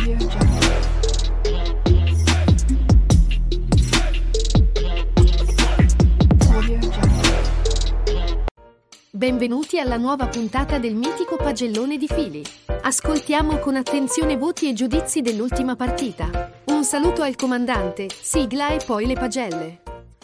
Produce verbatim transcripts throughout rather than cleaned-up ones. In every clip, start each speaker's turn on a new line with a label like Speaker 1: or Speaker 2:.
Speaker 1: Audio Jungle. Audio Jungle.
Speaker 2: Benvenuti alla nuova puntata del mitico pagellone di fili. Ascoltiamo con attenzione voti e giudizi dell'ultima partita. Un saluto al comandante, sigla e poi le pagelle.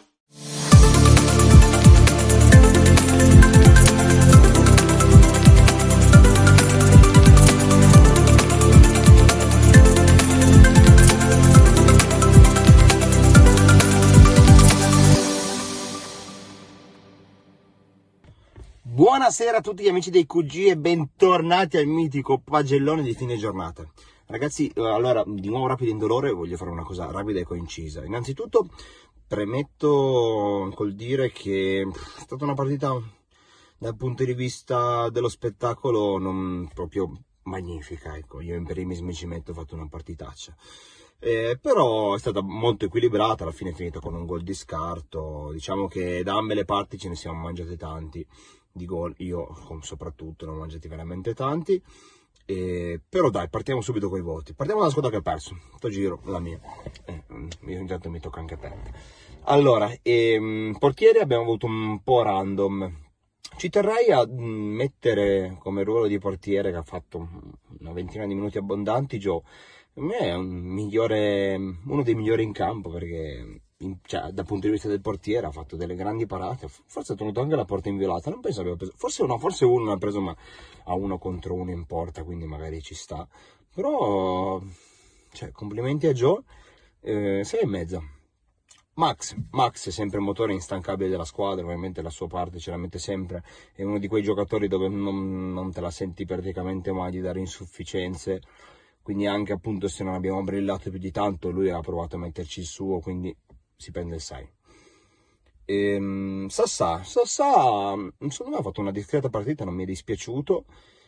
Speaker 3: Buonasera a tutti gli amici dei Q G e bentornati al mitico pagellone di fine giornata. Ragazzi, allora, di nuovo rapido e indolore, voglio fare una cosa rapida e concisa. Innanzitutto premetto col dire che è stata una partita dal punto di vista dello spettacolo non proprio magnifica, ecco. Io in primis mi ci metto, ho fatto una partitaccia. Eh, però è stata molto equilibrata, alla fine è finita con un gol di scarto. Diciamo che da ambe le parti ce ne siamo mangiati tanti di gol, io soprattutto ne ho mangiati veramente tanti, eh, però dai, partiamo subito con i voti. Partiamo dalla squadra che ha perso, sto giro, la mia, eh, intanto mi tocca anche a te. Allora, ehm, portieri abbiamo avuto un po' random. Ci terrei a mettere come ruolo di portiere, che ha fatto una ventina di minuti abbondanti, Joe. Per me è un migliore, uno dei migliori in campo, perché in, cioè, dal punto di vista del portiere ha fatto delle grandi parate, forse ha tenuto anche la porta inviolata, non penso abbia preso, forse no, forse uno non ha preso, ma a uno contro uno in porta, quindi magari ci sta. Però, cioè, complimenti a Joe, eh, sei e mezza. Max, Max è sempre il motore instancabile della squadra, ovviamente la sua parte ce la mette sempre, è uno di quei giocatori dove non, non te la senti praticamente mai di dare insufficienze, quindi anche appunto se non abbiamo brillato più di tanto lui ha provato a metterci il suo, quindi si prende il sei. Ehm, Sassà, Sassà secondo me ha fatto una discreta partita, non mi è dispiaciuto,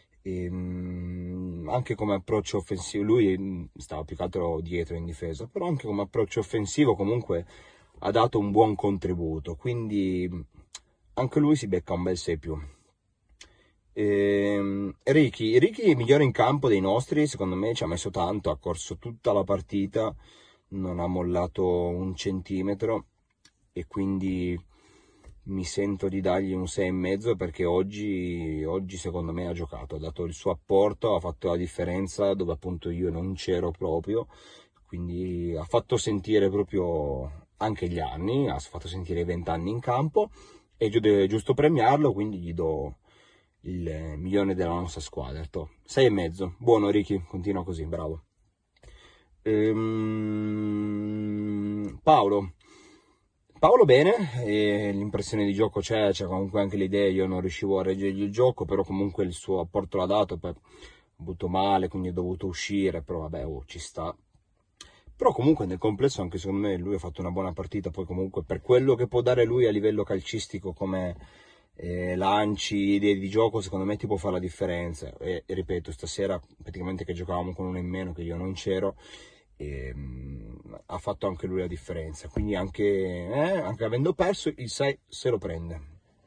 Speaker 3: ehm, anche come approccio offensivo, lui stava più che altro dietro in difesa, però anche come approccio offensivo comunque ha dato un buon contributo, quindi anche lui si becca un bel sei più. Ehm, Ricky, Ricky è il migliore in campo dei nostri, secondo me ci ha messo tanto, ha corso tutta la partita, non ha mollato un centimetro e quindi mi sento di dargli un sei e mezzo, perché oggi, oggi secondo me ha giocato, ha dato il suo apporto, ha fatto la differenza dove appunto io non c'ero proprio, quindi ha fatto sentire proprio anche gli anni, ha fatto sentire i vent'anni in campo, è giusto premiarlo, quindi gli do il milione della nostra squadra. sei e mezzo, buono Ricky, continua così, bravo. Ehm, Paolo Paolo bene, e l'impressione di gioco c'è, c'è comunque anche l'idea, io non riuscivo a reggergli il gioco, però comunque il suo apporto l'ha dato, poi ho avuto male, quindi ho dovuto uscire, però vabbè, oh, ci sta. Però comunque nel complesso anche secondo me lui ha fatto una buona partita, poi comunque per quello che può dare lui a livello calcistico come eh, lanci, idee di gioco, secondo me ti può fare la differenza. E, e ripeto, stasera praticamente che giocavamo con uno in meno, che io non c'ero, e, mh, ha fatto anche lui la differenza, quindi anche, eh, anche avendo perso il sei se lo prende.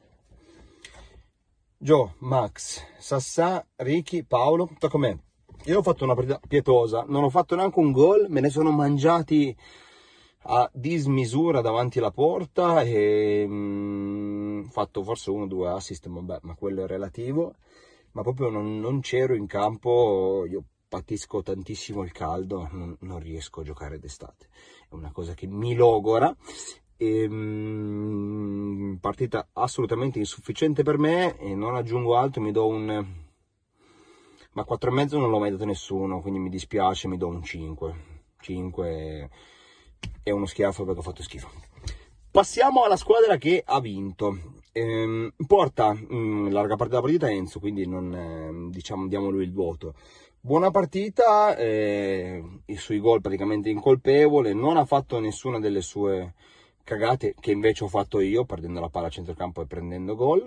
Speaker 3: Joe, Max, Sassà, Ricky, Paolo, tocca a me. Io ho fatto una partita pietosa, non ho fatto neanche un gol, me ne sono mangiati a dismisura davanti alla porta e ho fatto forse uno o due assist, vabbè, ma quello è relativo, ma proprio non, non c'ero in campo, io patisco tantissimo il caldo, non, non riesco a giocare d'estate, è una cosa che mi logora. E, mh, partita assolutamente insufficiente per me e non aggiungo altro, mi do un... ma quattro e mezzo non l'ho mai dato nessuno, quindi mi dispiace, mi do un cinque. cinque è uno schiaffo perché ho fatto schifo. Passiamo alla squadra che ha vinto. Ehm, porta mh, larga parte della partita Enzo, quindi non eh, diciamo diamo lui il voto. Buona partita, eh, i suoi gol praticamente incolpevole, non ha fatto nessuna delle sue cagate che invece ho fatto io, perdendo la palla a centrocampo e prendendo gol.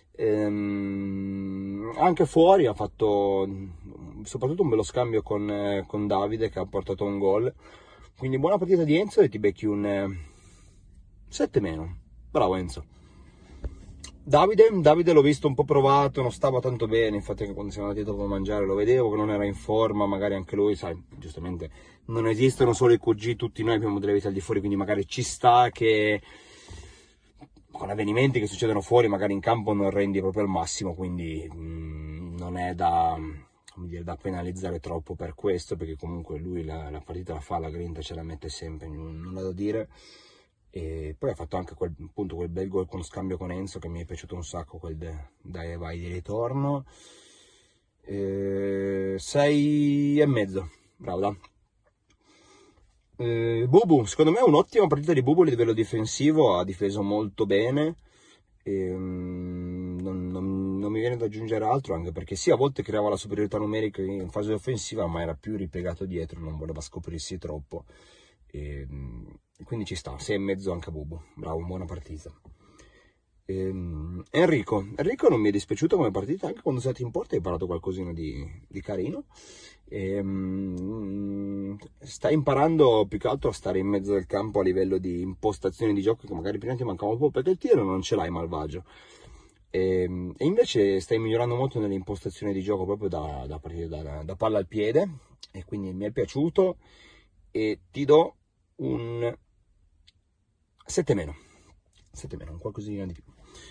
Speaker 3: Ehm, anche fuori ha fatto soprattutto un bello scambio con, eh, con Davide, che ha portato un gol, quindi buona partita di Enzo e ti becchi un eh, sette meno, bravo Enzo. Davide, Davide l'ho visto un po' provato, non stava tanto bene, infatti anche quando siamo andati dopo a mangiare lo vedevo che non era in forma, magari anche lui, sai, giustamente non esistono solo i Q G, tutti noi abbiamo delle vite al di fuori, quindi magari ci sta che con avvenimenti che succedono fuori, magari in campo non rendi proprio al massimo, quindi mh, non è da, come dire, da penalizzare troppo per questo, perché comunque lui la, la partita la fa, la grinta ce la mette sempre, nulla da dire. E poi ha fatto anche quel, appunto, quel bel gol con scambio con Enzo che mi è piaciuto un sacco, quel de, dai e vai di ritorno. E, sei e mezzo, bravo, dai. Eh, Bubu, secondo me è un'ottima partita di Bubu a livello difensivo, ha difeso molto bene, e, um, non, non, non mi viene da aggiungere altro, anche perché sì, a volte creava la superiorità numerica in fase offensiva, ma era più ripiegato dietro, non voleva scoprirsi troppo, e, quindi ci sta, sei e mezzo anche a Bubu, bravo, buona partita. E, Enrico, Enrico non mi è dispiaciuto come partita, anche quando sei stato in porta hai parlato qualcosina di, di carino. E, um, sta imparando più che altro a stare in mezzo del campo a livello di impostazione di gioco, che magari prima ti mancava un po', perché il tiro non ce l'hai malvagio, e, e invece stai migliorando molto nelle impostazioni di gioco proprio da, da, da, da palla al piede, e quindi mi è piaciuto e ti do un sette meno, sette meno, un qualcosina di più.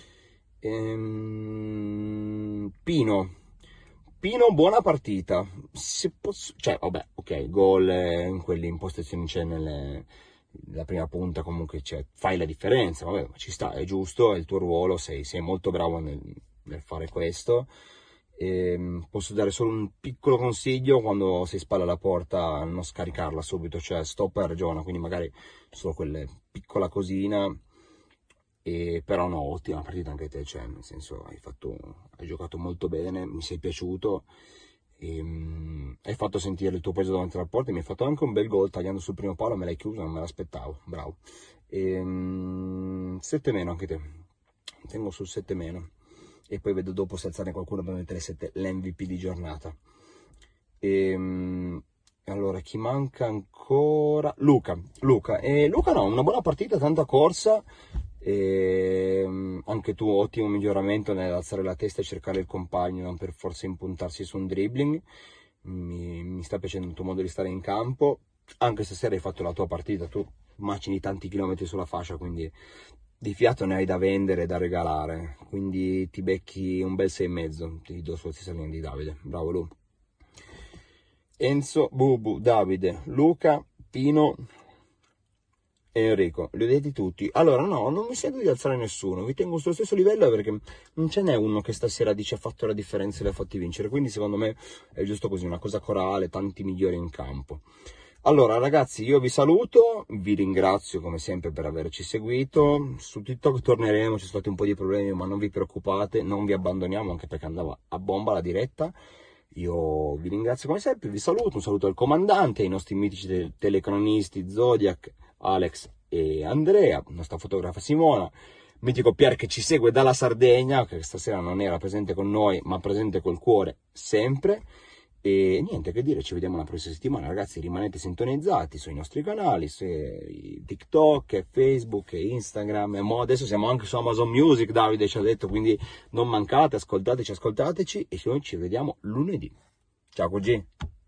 Speaker 3: Ehm, Pino Pino, buona partita, se posso, cioè vabbè, ok, gol eh, in quelle impostazioni c'è nelle, la prima punta, comunque cioè, fai la differenza, vabbè, ci sta, è giusto, è il tuo ruolo, sei, sei molto bravo nel, nel fare questo. E posso dare solo un piccolo consiglio: quando si spalla la porta non scaricarla subito, cioè stop e ragiona, quindi magari solo quella piccola cosina. E però no, ottima partita anche te, cioè nel senso hai fatto, hai giocato molto bene, mi sei piaciuto, e, um, hai fatto sentire il tuo peso davanti alla porta, e mi hai fatto anche un bel gol tagliando sul primo palo, me l'hai chiuso, non me l'aspettavo, bravo. E, um, sette meno anche te, tengo sul sette meno, e poi vedo dopo se alzare qualcuno per mettere sette, l'M V P di giornata. E, um, allora chi manca ancora? Luca, Luca, e Luca no, una buona partita, tanta corsa. E anche tu ottimo miglioramento nell'alzare la testa e cercare il compagno, non per forza impuntarsi su un dribbling. Mi, mi sta piacendo il tuo modo di stare in campo, anche stasera hai fatto la tua partita, tu macini tanti chilometri sulla fascia, quindi di fiato ne hai da vendere e da regalare, quindi ti becchi un bel sei e mezzo, ti do sulla stessa linea di Davide, bravo Lu. Enzo, Bubu, Davide, Luca, Pino e Enrico, li ho detti tutti. Allora no, non mi sento di alzare nessuno, vi tengo sullo stesso livello perché non ce n'è uno che stasera dice ha fatto la differenza e li ha fatti vincere, quindi secondo me è giusto così, una cosa corale, tanti migliori in campo. Allora ragazzi, io vi saluto, vi ringrazio come sempre per averci seguito, su TikTok torneremo, ci sono stati un po' di problemi ma non vi preoccupate, non vi abbandoniamo anche perché andava a bomba la diretta. Io vi ringrazio come sempre, vi saluto, un saluto al comandante, ai nostri mitici te telecronisti Zodiac, Alex e Andrea, nostra fotografa Simona, mitico Pier che ci segue dalla Sardegna, che stasera non era presente con noi ma presente col cuore sempre. E niente che dire, ci vediamo la prossima settimana ragazzi, rimanete sintonizzati sui nostri canali, su TikTok, Facebook, Instagram, e mo adesso siamo anche su Amazon Music, Davide ci ha detto, quindi non mancate, ascoltateci, ascoltateci e noi ci vediamo lunedì. Ciao G.